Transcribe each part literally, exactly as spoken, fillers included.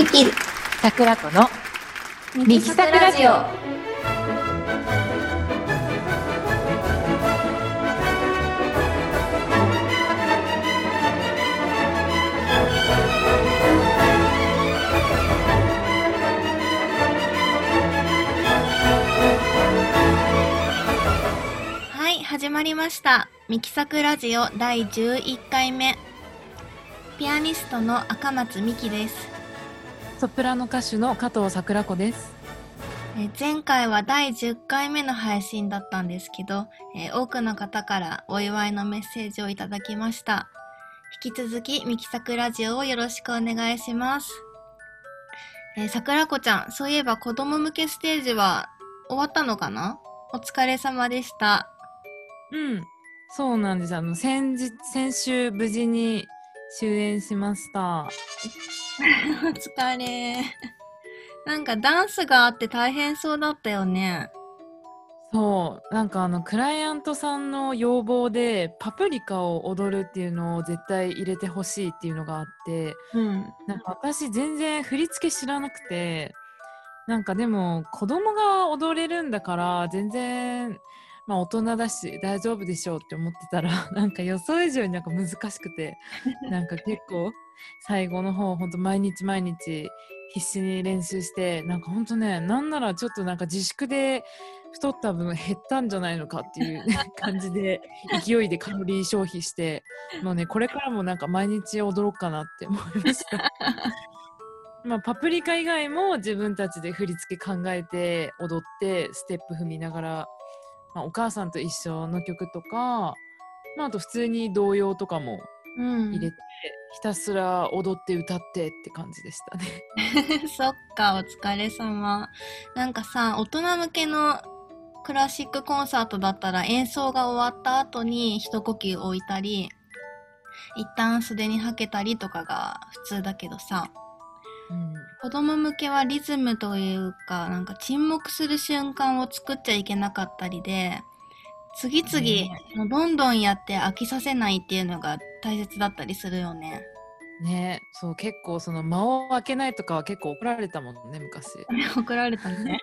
できる桜子のミキサクラジオ。はい、始まりましたミキサクラジオだいじゅういっかいめ。ピアニストの赤松美希です。 ソプラノ歌手の加藤桜子です。 え前回はだいじゅっかいめの配信だったんですけど、え多くの方からお祝いのメッセージをいただきました。引き続きミキサクラジオをよろしくお願いします。えー、桜子ちゃん、そういえば子供向けステージは終わったのかな？お疲れ様でした。 うん、そうなんです。あの先日先週無事に終演しました。 お疲れ。なんかダンスがあって大変そうだったよね。 そう、なんかあのクライアントさんの要望でパプリカを踊るっていうのを絶対入れてほしいっていうのがあって、 うん。 なんか私全然振り付け知らなくて、なんかでも子供が踊れるんだから全然まあ大人だし大丈夫でしょうって思ってたらなんか予想以上になんか難しくて、なんか結構最後の方ほんと毎日毎日必死に練習して、なんかほんとね、なんならちょっとなんか自粛で太った分減ったんじゃないのかっていう感じで勢いでカロリー消費して、もうねこれからもなんか毎日踊ろうかなって思いましたまあ、パプリカ以外も自分たちで振り付け考えて踊ってステップ踏みながら、まあ、お母さんと一緒の曲とか、まあ、あと普通に童謡とかも入れて、うん、ひたすら踊って歌ってって感じでしたねそっか、お疲れ様。なんかさ、大人向けのクラシックコンサートだったら演奏が終わった後に一呼吸置いたり、一旦袖にはけたりとかが普通だけどさ、うん、子供向けはリズムというか、なんか沈黙する瞬間を作っちゃいけなかったりで、次々、ね、どんどんやって飽きさせないっていうのが大切だったりするよね。 ね、そう結構その間を空けないとかは結構怒られたもんね、昔。 怒られたね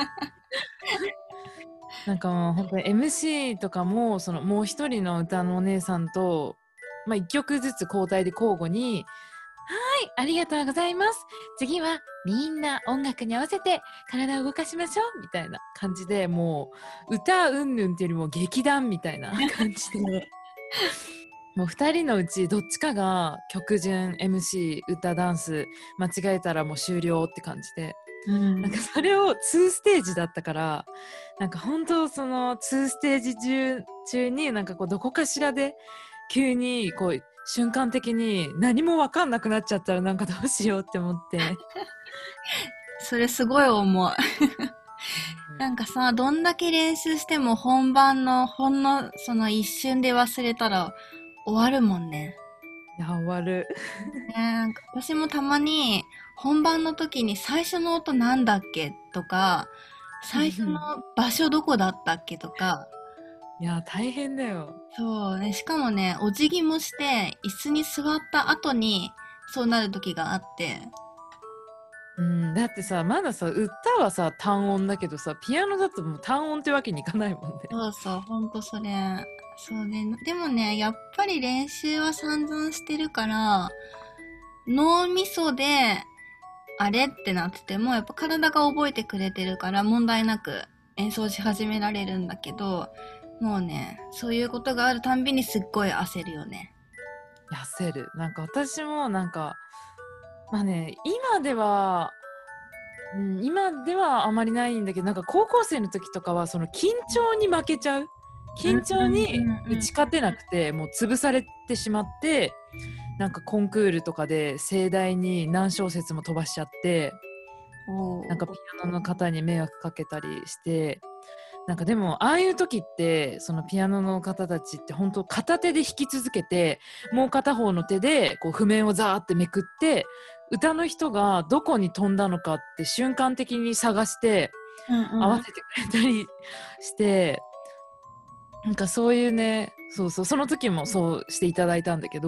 なんかもう本当に エムシー とかもそのもう一人の歌のお姉さんと、まあ、いっきょくずつ交代で交互にはいありがとうございます、次はみんな音楽に合わせて体を動かしましょうみたいな感じで、もう歌うんぬんっていうよりも劇団みたいな感じでもうふたりのうちどっちかが曲順 エムシー 歌ダンス間違えたらもう終了って感じで、うん、なんかそれをにステージだったから、なんか本当そのにステージ中中になんかこうどこかしらで急にこう瞬間的に何も分かんなくなっちゃったらなんかどうしようって思ってそれすごい思うなんかさ、どんだけ練習しても本番のほんのその一瞬で忘れたら終わるもんね。 いや終わるね、なんか私もたまに本番の時に最初の音なんだっけとか、最初の場所どこだったっけとかいや大変だよ。 そうね、しかもね、お辞儀もして椅子に座った後にそうなる時があって、 うん、だってさまださ歌はさ単音だけどさ、ピアノだともう単音ってわけにいかないもんね。 そうそう、ほんとそれ。そうね。でもね、やっぱり練習は散々してるから、脳みそで、あれってなってても、やっぱ体が覚えてくれてるから問題なく演奏し始められるんだけど、もうね、そういうことがあるたんびにすっごい焦るよね。 焦る。なんか私もなんか、まあね、今では、うん、今ではあまりないんだけど、なんか高校生の時とかはその緊張に負けちゃう。緊張に打ち勝てなくて、もう潰されてしまって、なんかコンクールとかで盛大に何小節も飛ばしちゃって、なんかピアノの方に迷惑かけたりして、なんかでもああいう時ってそのピアノの方たちって本当片手で弾き続けて、もう片方の手でこう譜面をザーってめくって、歌の人がどこに飛んだのかって瞬間的に探して合わせてくれたりして、なんかそういうね、そうそう、その時もそうしていただいたんだけど、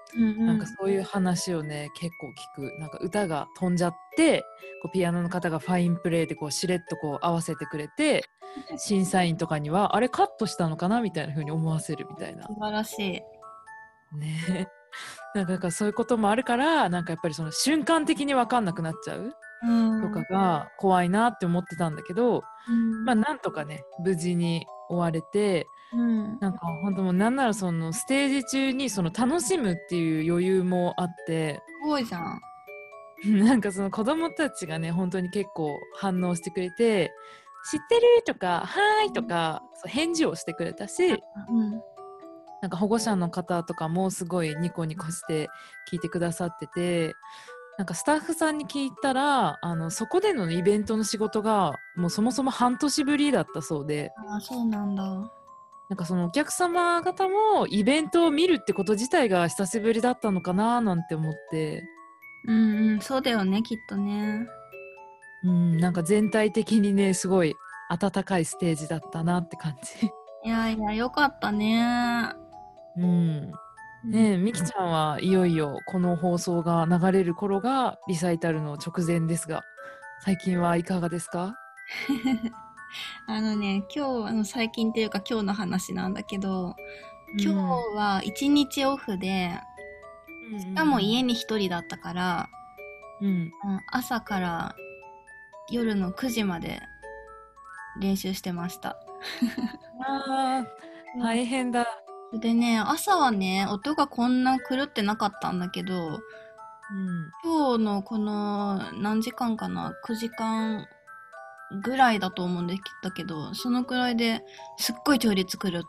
うんうなんかん。 そういう話をね結構聞く。なんか歌が飛んじゃってこうピアノの方がファインプレーでこうしれっとこう合わせてくれて、審査員とかにはあれカットしたのかなみたいな風に思わせるみたいな素晴らしい。 ね。なんかだからそういうこともあるからなんかやっぱりその瞬間的に分かんなくなっちゃううん。 とかうん。 が怖いなって思ってたんだけど、まあなんとかね無事に終われて、 うん。 なんか本当もうなんならそのステージ中にその楽しむっていう余裕もあって、 すごいじゃん。 なんかその子供たちがね本当に結構反応してくれて、知ってるとかはーいとかそう返事をしてくれたし、 うん。 なんか保護者の方とかもすごいニコニコして聞いてくださってて、なんかスタッフさんに聞いたらあのそこでのイベントの仕事がもうそもそも半年ぶりだったそうで、 ああ、そうなんだ。 なんかそのお客様方もイベントを見るってこと自体が久しぶりだったのかななんて思って、 うんうん、そうだよね、きっとね。 うん、なんか全体的にねすごい温かいステージだったなって感じ。 いやいや、よかったね。 うん。 うん。 ねえ、みきちゃんはいよいよこの放送が流れる頃がリサイタルの直前ですが、最近はいかがですか？ あのね、今日、あの、最近っていうか今日の話なんだけど、今うん。 日は一日オフで、 うんうしかも家んに一人だったから、 うん。うん。 うん、朝から夜のくじまで練習してました。 ああ、 うん。 大変だ。 でね、朝はね、音がこんな狂ってなかったんだけど、 うん。 今日のこの何時間かな？ く 時間ぐらいだと思うんだけど、そのくらいですっごい調律狂った。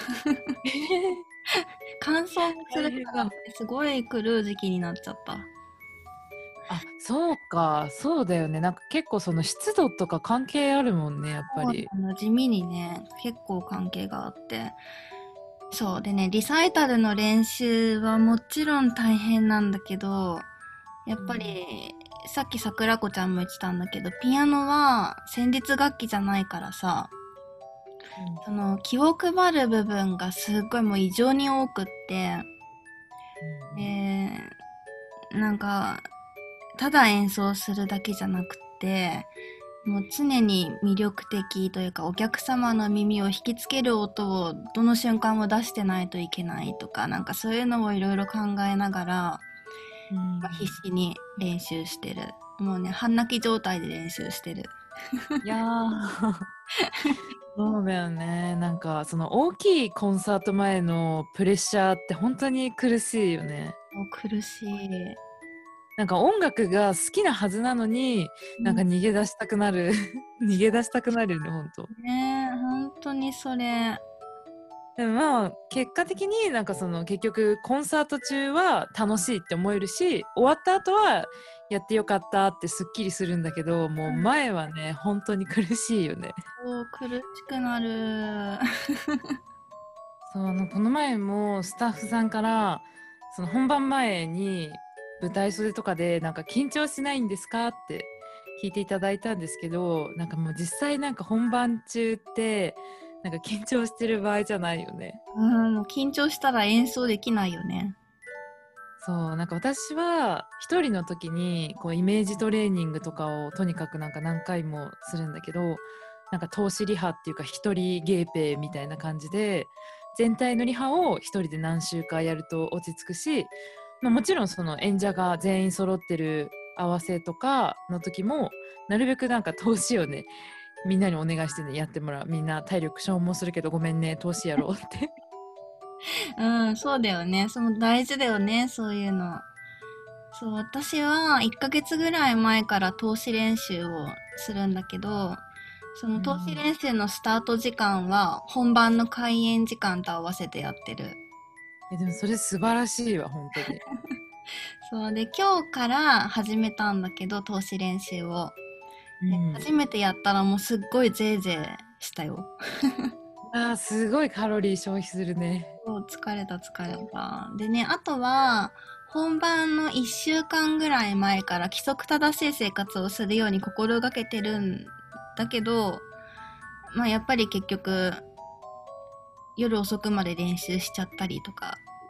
乾燥するか大変だ。 らすごい狂う時期になっちゃった。 あ、そうか、そうだよね。なんか結構その湿度とか関係あるもんね、やっぱそうり。 なの、地味にね、結構関係があって。そうでね、リサイタルの練習はもちろん大変なんだけど、やっぱうん。 り、さっき桜子ちゃんも言ってたんだけど、ピアノは旋律楽器じゃないからさ、 うん。 その気を配る部分がすっごいもう異常に多くって、 うん。 で、なんか、ただ演奏するだけじゃなくて、もう常に魅力的というかお客様の耳を引きつける音をどの瞬間も出してないといけないとか、なんかそういうのをいろいろ考えながら、 うん。うんまあ必死に練習してる。もうね、半泣き状態で練習してる。 いやーそうだよね。なんかその大きいコンサート前のプレッシャーって本当に苦しいよね。 もう苦しい。 なんか音楽が好きなはずなのに、なんかうん、 逃げ出したくなる逃げ出したくなるよね、本当。 ねえ、本当にそれ。 でもまあ結果的になんかその結局コンサート中は楽しいって思えるし、終わった後はやってよかったってすっきりするんだけど、もう前はね本当に苦しいよね。 そう、苦しくなる。 そう、あのこの前もスタッフさんからその本番前に舞台袖とかでなんか緊張しないんですかって聞いていただいたんですけど、なんかもう実際なんか本番中ってなんか緊張してる場合じゃないよね。 うん、もう緊張したら演奏できないよね。 そう、なんか私は一人の時にこうイメージトレーニングとかをとにかくなんか何回もするんだけど、なんか通しリハっていうか一人ゲーペみたいな感じで全体のリハを一人で何週かやると落ち着くし、まあ、もちろんその演者が全員揃ってる合わせとかの時もなるべくなんか通しをねみんなにお願いしてねやってもらう。みんな体力消耗するけどごめんね通しやろうってうん、そうだよね。その大事だよね、そういうの。そう、私はいっかげつぐらい前から通し練習をするんだけど、その通しうん。 練習のスタート時間は本番の開演時間と合わせてやってる。 えでもそれ素晴らしいわ本当に。 そうで、今日から始めたんだけど、通し練習を。でうん。 初めてやったらもうすっごいゼーゼーしたよ。 あーすごいカロリー消費するね。 そう、疲れた疲れた。でね、あとは、本番のいっしゅうかんぐらい前から規則正しい生活をするように心がけてるんだけど、まあやっぱり結局夜遅くまで練習しちゃったりとか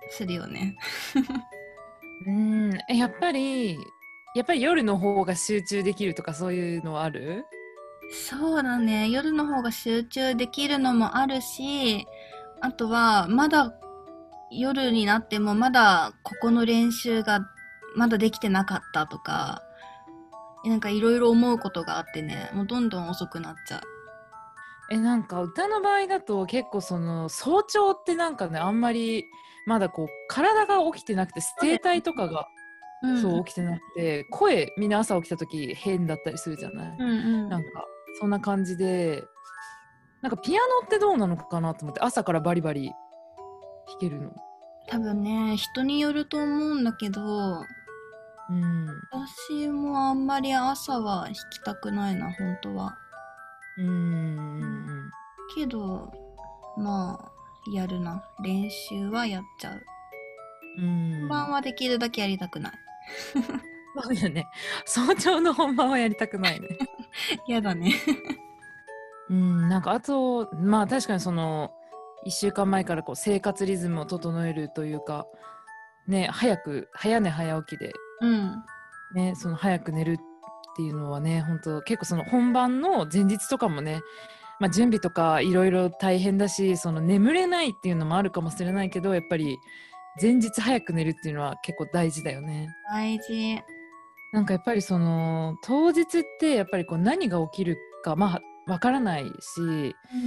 するよね。 うーんえやっぱりやっぱり夜の方が集中できるとかそういうのはある？ そうだね。夜の方が集中できるのもあるし、あとは、まだ夜になってもまだここの練習がまだできてなかったとか、なんかいろいろ思うことがあってね、もうどんどん遅くなっちゃう。 えなんか歌の場合だと結構その早朝ってなんかねあんまりまだこう体が起きてなくて声帯とかがうん。 そう起きてなくて声みんな朝起きた時変だったりするじゃない。 うんうん。 なんかそんな感じでなんかピアノってどうなのかなと思って朝からバリバリ弾けるの。 多分ね、人によると思うんだけど、 うん私もあんまり朝は弾きたくないな、本当は。 うーんけど、まあ、やるな。練習はやっちゃう。 うん本番はできるだけやりたくない。 そうだよね。早朝の本番はやりたくないね。 やだね。 うんなんかあとまあ確かにそのいっしゅうかんまえからこう生活リズムを整えるというかね早く早寝早起きでうん。 ねその早く寝るっていうのはね本当結構その本番の前日とかもね、まあ、準備とかいろいろ大変だしその眠れないっていうのもあるかもしれないけどやっぱり前日早く寝るっていうのは結構大事だよね。 大事。 なんかやっぱりその当日ってやっぱりこう何が起きるかまあわからないしうん。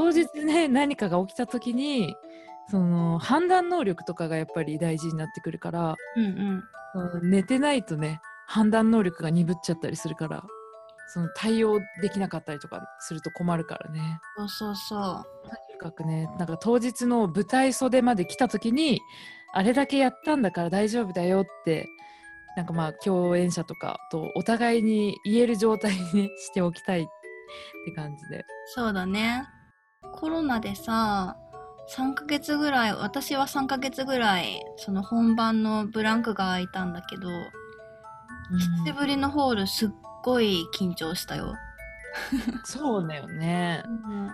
当日ね何かが起きた時にその判断能力とかがやっぱり大事になってくるからうんうん。 その寝てないとね判断能力が鈍っちゃったりするからその対応できなかったりとかすると困るからね。 そうそうそとにかくねなんか当日の舞台袖まで来た時にあれだけやったんだから大丈夫だよってなんかまあ共演者とかとお互いに言える状態に、ね、しておきたいって感じで。 う。そうだね。コロナでさ、さんかげつぐらい、私はさんかげつぐらい、その本番のブランクが空いたんだけど、久しうん、 ぶりのホールすっごい緊張したよ。 そうだよね。 うん。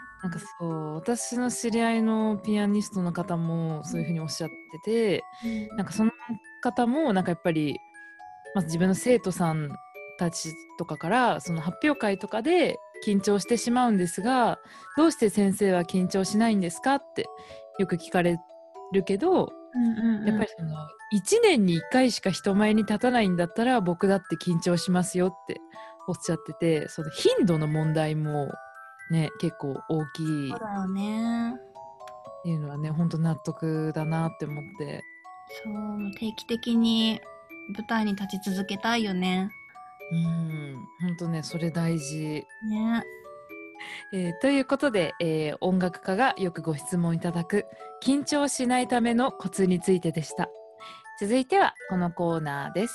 なんかそう私の知り合いのピアニストの方もそういうふうにおっしゃっててうん。 なんかその方もなんかやっぱり、まあ、自分の生徒さんたちとかからその発表会とかで緊張してしまうんですがどうして先生は緊張しないんですかってよく聞かれるけどうんうんうん。 やっぱりそのいちねんにいっかいしか人前に立たないんだったら僕だって緊張しますよっておっしゃっててその頻度の問題もね結構大きいっそうだよね。 ていうのはね本当納得だなって思ってそう、定期的に舞台に立ち続けたいよね。 うん本当ねそれ大事、 ね。 えーということで、えー音楽家がよくご質問いただく緊張しないためのコツについてでした。続いてはこのコーナーです。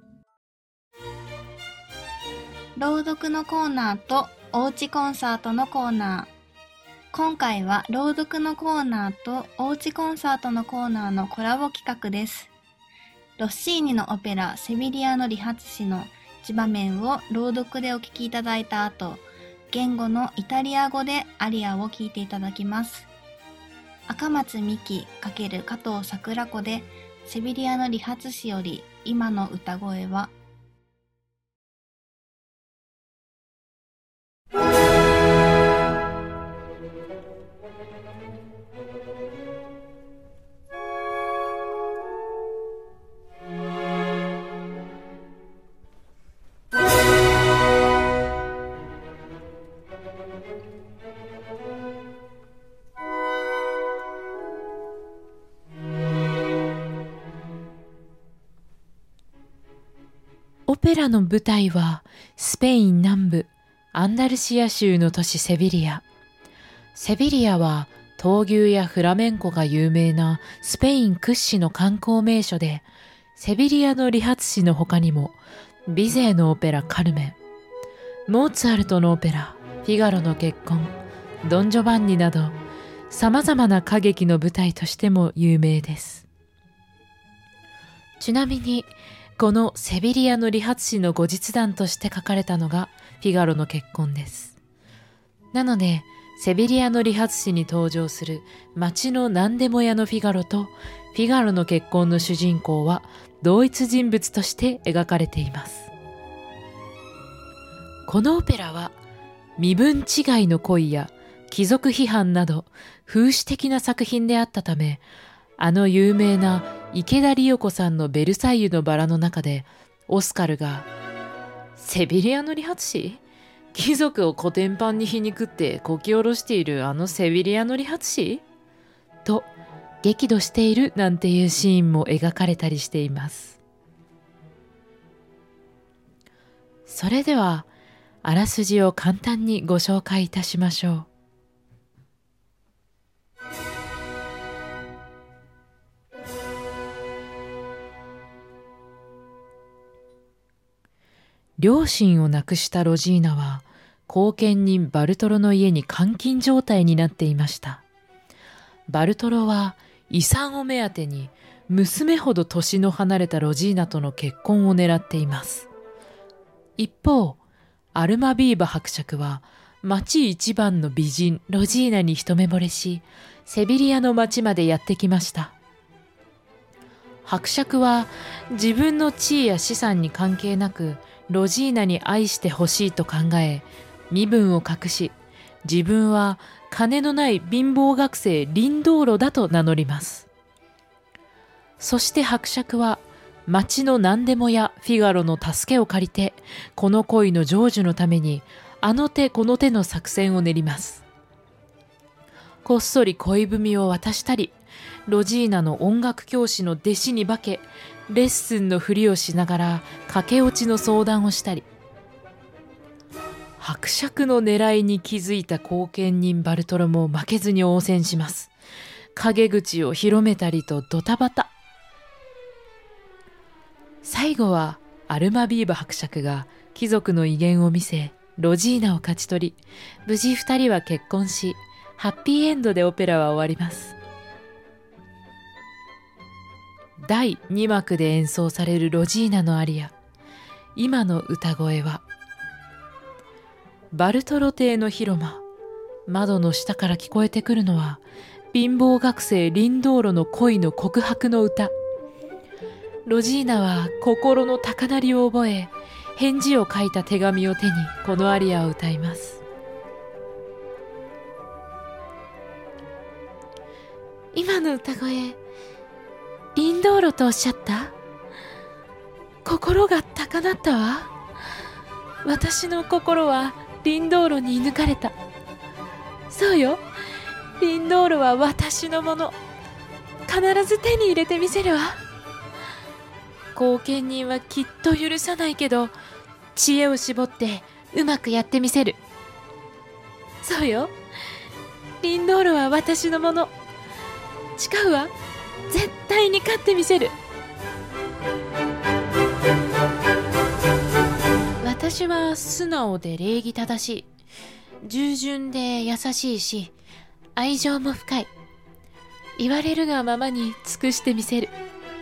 朗読のコーナーとおうちコンサートのコーナー。今回は朗読のコーナーとおうちコンサートのコーナーのコラボ企画です。ロッシーニのオペラセビリアの理髪師の一場面を朗読でお聞きいただいた後、言語のイタリア語でアリアを聞いていただきます。赤松美希×加藤桜子でセビリアの理髪師より今の歌声は。 オペラの舞台はスペイン南部アンダルシア州の都市セビリア。セビリアは闘牛やフラメンコが有名なスペイン屈指の観光名所で、セビリアの理髪師の他にもビゼーのオペラカルメン、モーツァルトのオペラフィガロの結婚、ドン・ジョバンニなど様々な歌劇の舞台としても有名です。ちなみにこのセビリアの理髪師の後日談として書かれたのがフィガロの結婚です。なのでセビリアの理髪師に登場する町の何でも屋のフィガロとフィガロの結婚の主人公は同一人物として描かれています。このオペラは身分違いの恋や貴族批判など風刺的な作品であったため、あの有名な池田理代子さんのベルサイユのバラの中でオスカルがセビリアの理髪師？貴族をコテンパンに皮肉ってこき下ろしているあのセビリアの理髪師？と激怒しているなんていうシーンも描かれたりしています。それではあらすじを簡単にご紹介いたしましょう。両親を亡くしたロジーナは後見人バルトロの家に監禁状態になっていました。バルトロは遺産を目当てに娘ほど年の離れたロジーナとの結婚を狙っています。一方、アルマビーバ伯爵は町一番の美人ロジーナに一目惚れし、セビリアの町までやってきました。伯爵は自分の地位や資産に関係なくロジーナに愛してほしいと考え、身分を隠し、自分は金のない貧乏学生リンドーロだと名乗ります。そして伯爵は町の何でも屋フィガロの助けを借りて、この恋の成就のためにあの手この手の作戦を練ります。こっそり恋文を渡したり、ロジーナの音楽教師の弟子に化け、レッスンのふりをしながら駆け落ちの相談をしたり、伯爵の狙いに気づいた後見人バルトロも負けずに応戦します。陰口を広めたりとドタバタ。最後はアルマビーバ伯爵が貴族の威厳を見せ、ロジーナを勝ち取り、無事二人は結婚し、ハッピーエンドでオペラは終わります。だいにまくで演奏されるロジーナのアリア。今の歌声はバルトロ邸の広間。窓の下から聞こえてくるのは貧乏学生リンドーロの恋の告白の歌。ロジーナは心の高鳴りを覚え、返事を書いた手紙を手にこのアリアを歌います。今の歌声、リンドーロとおっしゃった？心が高鳴ったわ。私の心はリンドーロに射抜かれた。そうよ、リンドーロは私のもの。必ず手に入れてみせるわ。後見人はきっと許さないけど、知恵を絞ってうまくやってみせる。そうよ、リンドーロは私のもの。誓うわ、絶対に勝ってみせる。私は素直で礼儀正しい。従順で優しいし、愛情も深い。言われるがままに尽くしてみせる。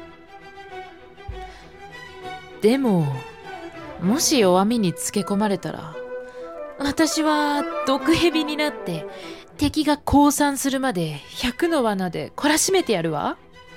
でも、もし弱みにつけ込まれたら、私は毒蛇になって敵が降参するまで百の罠で懲らしめてやるわ。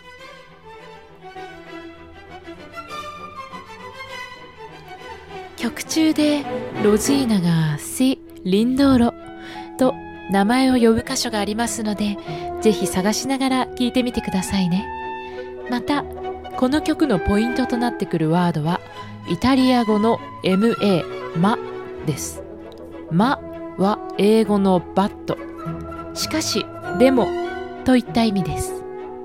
曲中でロジーナがシ・リンドーロと名前を呼ぶ箇所がありますので、ぜひ探しながら聴いてみてくださいね。また、この曲のポイントとなってくるワードはイタリア語の エムエー、マです。マは英語のバット、しかしでもといった意味です。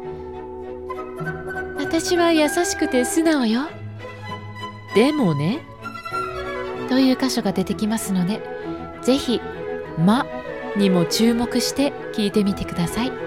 私は優しくて素直よ。でもね、という箇所が出てきますので、ぜひマにも注目して聞いてみてください。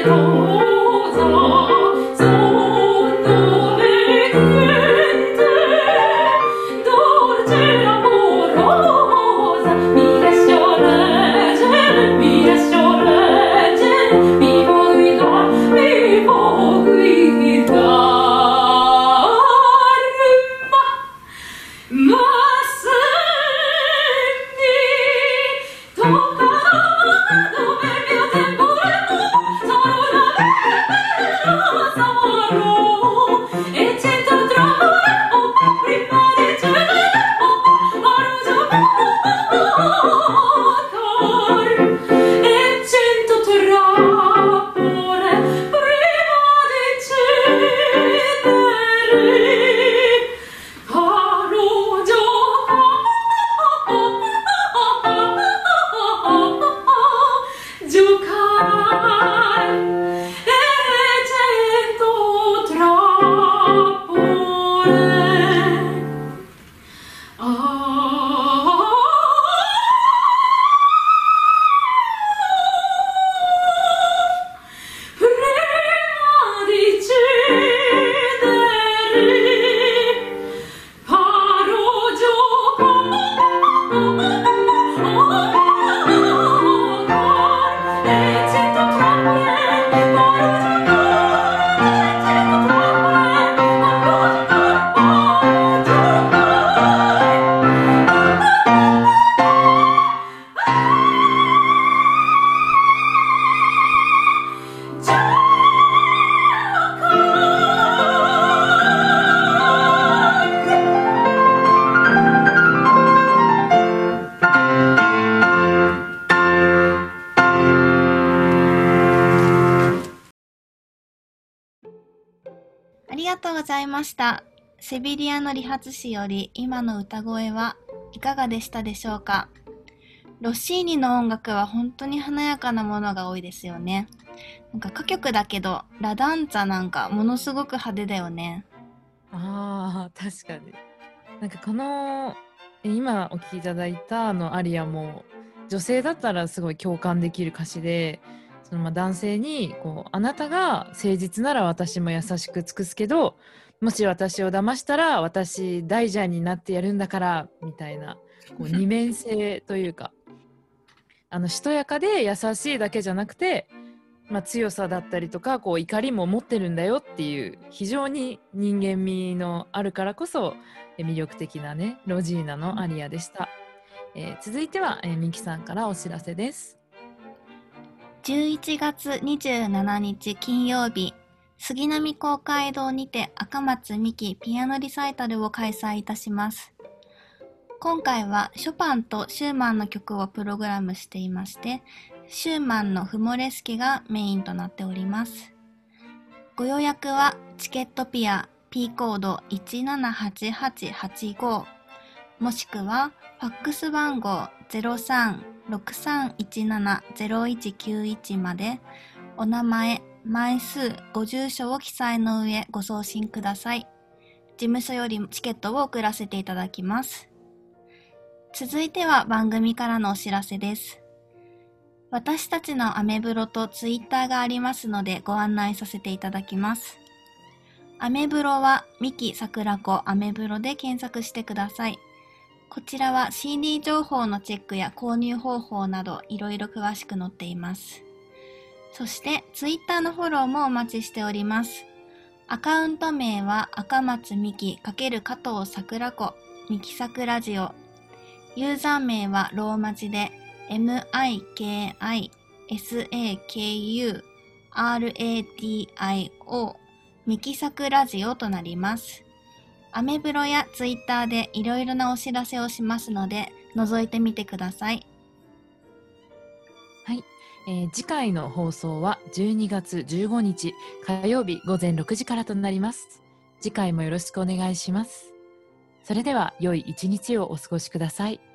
ありがとうございました。セビリアの理髪師より今の歌声はいかがでしたでしょうか。ロッシーニの音楽は本当に華やかなものが多いですよね。なんか歌曲だけど、ラダンツァなんかものすごく派手だよね。 ああ、確かに。なんかこのえ今お聴きいただいたあのアリアも女性だったらすごい共感できる歌詞で、そのまあ男性にこうあなたが誠実なら私も優しく尽くすけど、もし私を騙したら私大蛇になってやるんだからみたいなこう二面性というか、あのしとやかで優しいだけじゃなくて、まあ、強さだったりとかこう怒りも持ってるんだよっていう非常に人間味のあるからこそえ魅力的なねロジーナのアリアでした。えー続いては、えーミキさんからお知らせです。 じゅういちがつにじゅうしちにち金曜日、杉並公会堂にて赤松美希ピアノリサイタルを開催いたします。今回はショパンとシューマンの曲をプログラムしていまして、シューマンのフモレスキがメインとなっております。ご予約はチケットピア P コードいちななはちはちはちごもしくはファックス番号 ゼロさんろくさんいちななゼロいちきゅういち までお名前、枚数、ご住所を記載の上ご送信ください。事務所よりチケットを送らせていただきます。続いては番組からのお知らせです。私たちのアメブロとツイッターがありますのでご案内させていただきます。アメブロはミキ桜子アメブロで検索してください。こちらは シーディー 情報のチェックや購入方法などいろいろ詳しく載っています。そしてツイッターのフォローもお待ちしております。アカウント名は赤松美希×加藤桜子ミキサクラジオ。ユーザー名はローマ字で エムアイケーアイエスエーケーユーアールエーディーアイオー ミキサクラジオとなります。アメブロやツイッターでいろいろなお知らせをしますので覗いてみてください。 はい、えー次回の放送はじゅうにがつじゅうごにち火曜日ごぜんろくじからとなります。次回もよろしくお願いします。それでは良い一日をお過ごしください。